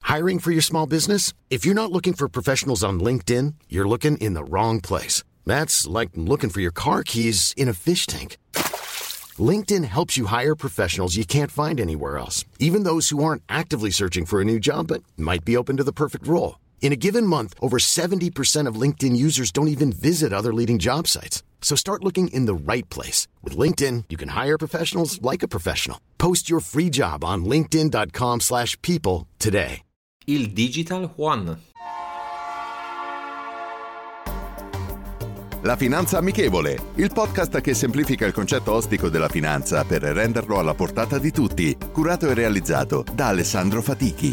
Hiring for your small business? If you're not looking for professionals on LinkedIn, you're looking in the wrong place. That's like looking for your car keys in a fish tank. LinkedIn helps you hire professionals you can't find anywhere else, even those who aren't actively searching for a new job but might be open to the perfect role. In a given month, over 70% of LinkedIn users don't even visit other leading job sites. So start looking in the right place. With LinkedIn, you can hire professionals like a professional. Post your free job on linkedin.com/people today. Il Digital Yuan. La Finanza Amichevole, il podcast che semplifica il concetto ostico della finanza per renderlo alla portata di tutti, curato e realizzato da Alessandro Fatichi.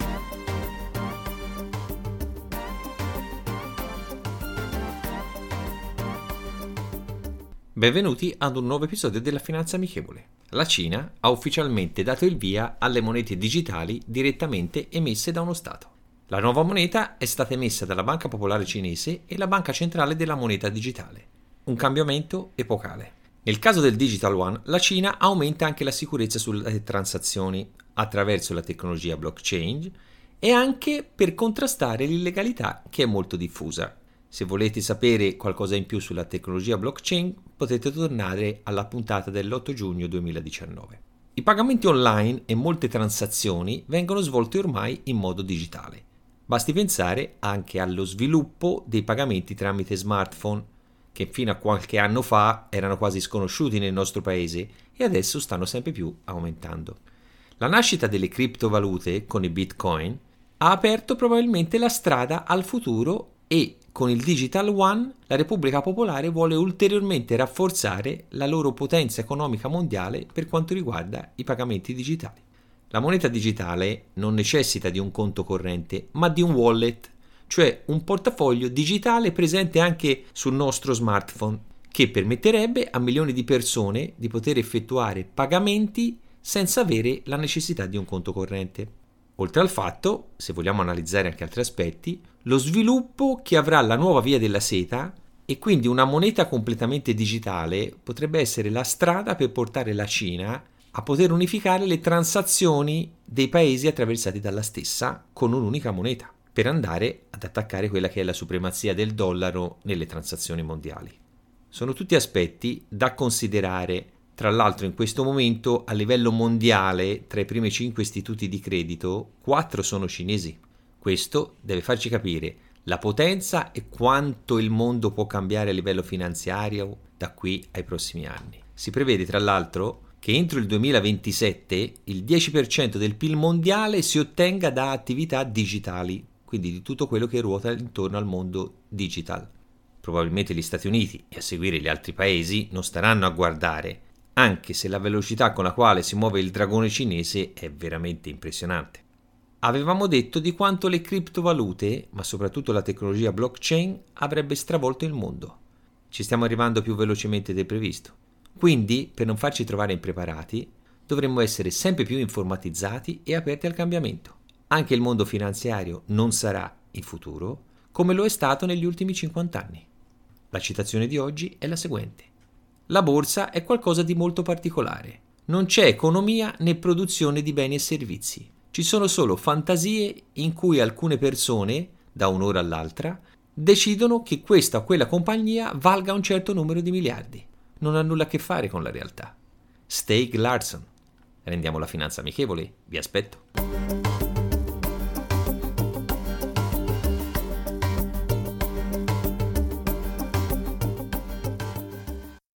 Benvenuti ad un nuovo episodio della Finanza Amichevole. La Cina ha ufficialmente dato il via alle monete digitali direttamente emesse da uno Stato. La nuova moneta è stata emessa dalla Banca Popolare Cinese e la Banca Centrale della Moneta Digitale. Un cambiamento epocale. Nel caso del Digital Yuan, la Cina aumenta anche la sicurezza sulle transazioni attraverso la tecnologia blockchain e anche per contrastare l'illegalità che è molto diffusa. Se volete sapere qualcosa in più sulla tecnologia blockchain, potete tornare alla puntata dell'8 giugno 2019. I pagamenti online e molte transazioni vengono svolte ormai in modo digitale. Basti pensare anche allo sviluppo dei pagamenti tramite smartphone, che fino a qualche anno fa erano quasi sconosciuti nel nostro paese e adesso stanno sempre più aumentando. La nascita delle criptovalute con i Bitcoin ha aperto probabilmente la strada al futuro e con il Digital Yuan la Repubblica Popolare vuole ulteriormente rafforzare la loro potenza economica mondiale per quanto riguarda i pagamenti digitali. La moneta digitale non necessita di un conto corrente, ma di un wallet, cioè un portafoglio digitale presente anche sul nostro smartphone, che permetterebbe a milioni di persone di poter effettuare pagamenti senza avere la necessità di un conto corrente. Oltre al fatto, se vogliamo analizzare anche altri aspetti, lo sviluppo che avrà la nuova via della seta e quindi una moneta completamente digitale potrebbe essere la strada per portare la Cina a poter unificare le transazioni dei paesi attraversati dalla stessa con un'unica moneta, per andare ad attaccare quella che è la supremazia del dollaro nelle transazioni mondiali. Sono tutti aspetti da considerare. Tra l'altro in questo momento a livello mondiale tra i primi 5 istituti di credito 4 sono cinesi. Questo deve farci capire la potenza e quanto il mondo può cambiare a livello finanziario da qui ai prossimi anni. Si prevede tra l'altro che entro il 2027 il 10% del PIL mondiale si ottenga da attività digitali, quindi di tutto quello che ruota intorno al mondo digital. Probabilmente gli Stati Uniti e a seguire gli altri paesi non staranno a guardare, anche se la velocità con la quale si muove il dragone cinese è veramente impressionante. Avevamo detto di quanto le criptovalute, ma soprattutto la tecnologia blockchain, avrebbe stravolto il mondo. Ci stiamo arrivando più velocemente del previsto. Quindi, per non farci trovare impreparati, dovremmo essere sempre più informatizzati e aperti al cambiamento. Anche il mondo finanziario non sarà, in futuro, come lo è stato negli ultimi 50 anni. La citazione di oggi è la seguente. La borsa è qualcosa di molto particolare. Non c'è economia né produzione di beni e servizi. Ci sono solo fantasie in cui alcune persone, da un'ora all'altra, decidono che questa o quella compagnia valga un certo numero di miliardi. Non ha nulla a che fare con la realtà. Stieg Larsson. Rendiamo la finanza amichevole. Vi aspetto.